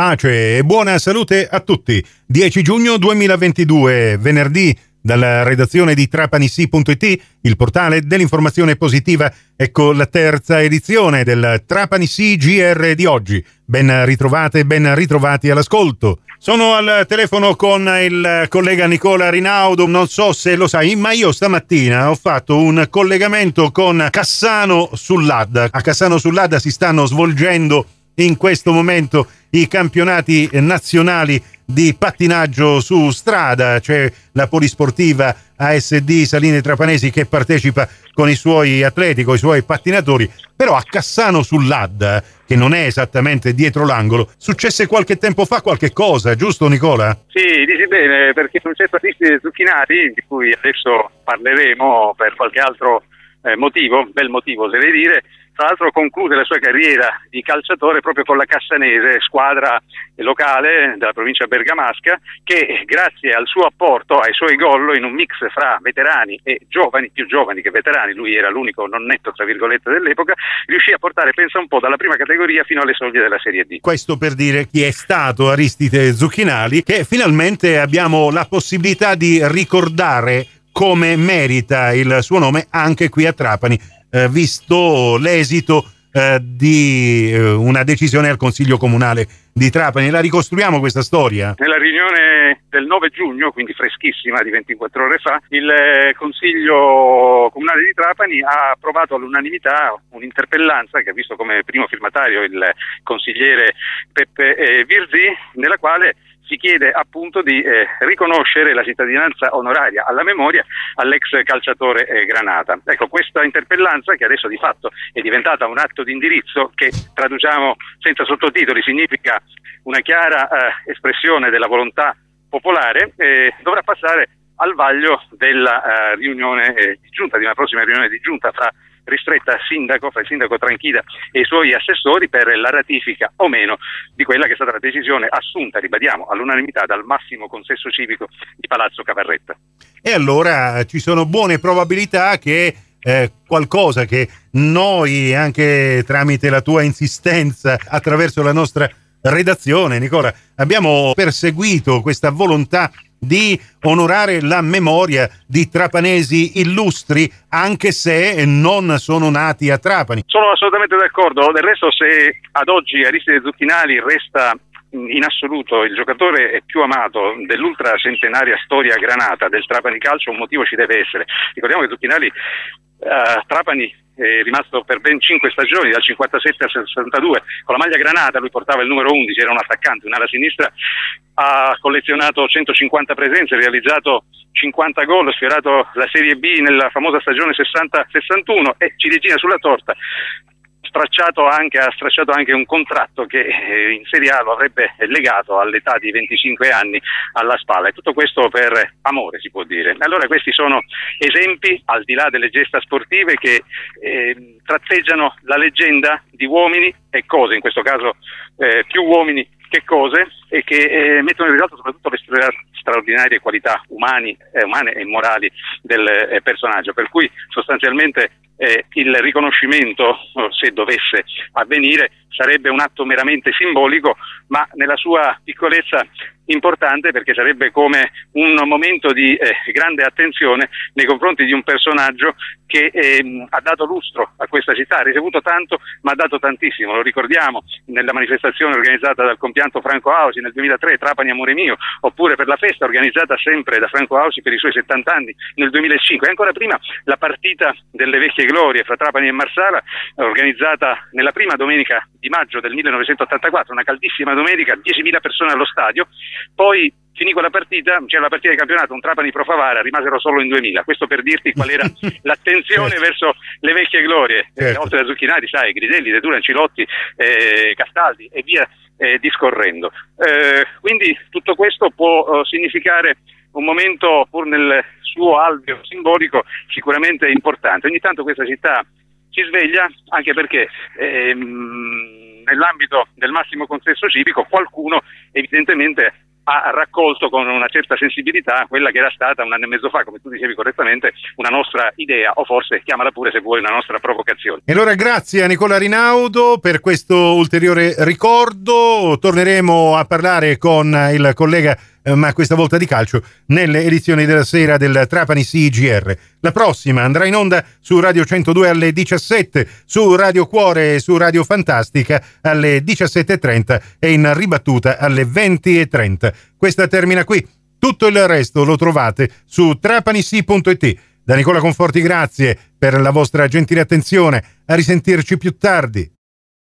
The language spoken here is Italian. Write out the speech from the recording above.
Pace e buona salute a tutti. 10 giugno 2022, venerdì, dalla redazione di trapanissi.it, il portale dell'informazione positiva, ecco la terza edizione del Trapanissi GR di oggi. Ben ritrovate, ben ritrovati all'ascolto. Sono al telefono con il collega Nicola Rinaudo. Non so se lo sai, ma io stamattina ho fatto un collegamento con Cassano sull'Adda. A Cassano sull'Adda si stanno svolgendo in questo momento i campionati nazionali di pattinaggio su strada. C'è la polisportiva ASD Saline Trapanesi che partecipa con i suoi atleti, con i suoi pattinatori, però a Cassano sull'Adda, che non è esattamente dietro l'angolo, successe qualche tempo fa qualche cosa, giusto Nicola? Sì, dici bene, perché un certo Aristide Zucchinati, di cui adesso parleremo per qualche altro motivo, bel motivo oserei dire, tra l'altro conclude la sua carriera di calciatore proprio con la Cassanese, squadra locale della provincia bergamasca, che grazie al suo apporto, ai suoi gol in un mix fra veterani e giovani, più giovani che veterani, lui era l'unico non netto tra virgolette dell'epoca, riuscì a portare, pensa un po', dalla prima categoria fino alle soglie della Serie D. Questo per dire chi è stato Aristide Zucchinati, che finalmente abbiamo la possibilità di ricordare come merita il suo nome anche qui a Trapani, visto l'esito di una decisione al Consiglio Comunale di Trapani. La ricostruiamo questa storia? Nella riunione del 9 giugno, quindi freschissima, di 24 ore fa, il Consiglio Comunale di Trapani ha approvato all'unanimità un'interpellanza che ha visto come primo firmatario il consigliere Peppe Virzì, nella quale si chiede appunto di riconoscere la cittadinanza onoraria alla memoria all'ex calciatore Granata. Ecco, questa interpellanza, che adesso di fatto è diventata un atto di indirizzo, che traduciamo senza sottotitoli, significa una chiara espressione della volontà popolare, dovrà passare al vaglio della riunione di giunta, di una prossima riunione di giunta fra ristretta fra il sindaco Tranchida e i suoi assessori, per la ratifica o meno di quella che è stata la decisione assunta, ribadiamo, all'unanimità dal massimo consesso civico di Palazzo Cavarretta. E allora ci sono buone probabilità che qualcosa che noi, anche tramite la tua insistenza, attraverso la nostra redazione, Nicola, abbiamo perseguito questa volontà di onorare la memoria di trapanesi illustri, anche se non sono nati a Trapani. Sono assolutamente d'accordo. Del resto, se ad oggi Aristide Zucchinati resta in assoluto il giocatore più amato dell'ultra centenaria storia granata del Trapani Calcio, un motivo ci deve essere. Ricordiamo che Zucchinati a Trapani è rimasto per ben 5 stagioni, dal 57 al 62, con la maglia granata. Lui portava il numero 11, era un attaccante, un'ala sinistra, ha collezionato 150 presenze, realizzato 50 gol, sfiorato la Serie B nella famosa stagione 60-61 e ciliegina sulla torta, ha stracciato anche un contratto che in Serie A lo avrebbe legato all'età di 25 anni alla spalla, e tutto questo per amore, si può dire. Allora questi sono esempi, al di là delle gesta sportive, che tratteggiano la leggenda di uomini e cose, in questo caso più uomini che cose, e che mettono in risalto soprattutto le straordinarie qualità umane e morali del personaggio, per cui sostanzialmente il riconoscimento, se dovesse avvenire, sarebbe un atto meramente simbolico, ma nella sua piccolezza importante, perché sarebbe come un momento di grande attenzione nei confronti di un personaggio che ha dato lustro a questa città, ha ricevuto tanto ma ha dato tantissimo. Lo ricordiamo nella manifestazione organizzata dal compianto Franco Ausi nel 2003, Trapani Amore Mio, oppure per la festa organizzata sempre da Franco Ausi per i suoi 70 anni nel 2005, e ancora prima la partita delle vecchie glorie fra Trapani e Marsala, organizzata nella prima domenica di maggio del 1984, una caldissima domenica, 10.000 persone allo stadio. Poi finì quella partita, c'era la partita di campionato, un Trapani Pro Favara, rimasero solo in 2000. Questo per dirti qual era l'attenzione verso le vecchie glorie, oltre a Zucchinati, sai, Griselli, De Tura, Ancilotti, Castaldi e via discorrendo. Quindi tutto questo può significare un momento, pur nel suo alveo simbolico, sicuramente importante. Ogni tanto questa città si sveglia, anche perché nell'ambito del massimo consesso civico qualcuno evidentemente ha raccolto con una certa sensibilità quella che era stata un anno e mezzo fa, come tu dicevi correttamente, una nostra idea, o forse chiamala pure se vuoi una nostra provocazione. E allora grazie a Nicola Rinaudo per questo ulteriore ricordo. Torneremo a parlare con il collega, ma questa volta di calcio, nelle edizioni della sera del Trapani CGR. La prossima andrà in onda su Radio 102 alle 17, su Radio Cuore e su Radio Fantastica alle 17.30 e in ribattuta alle 20.30. Questa termina qui. Tutto il resto lo trovate su trapanisi.it. Da Nicola Conforti grazie per la vostra gentile attenzione. A risentirci più tardi.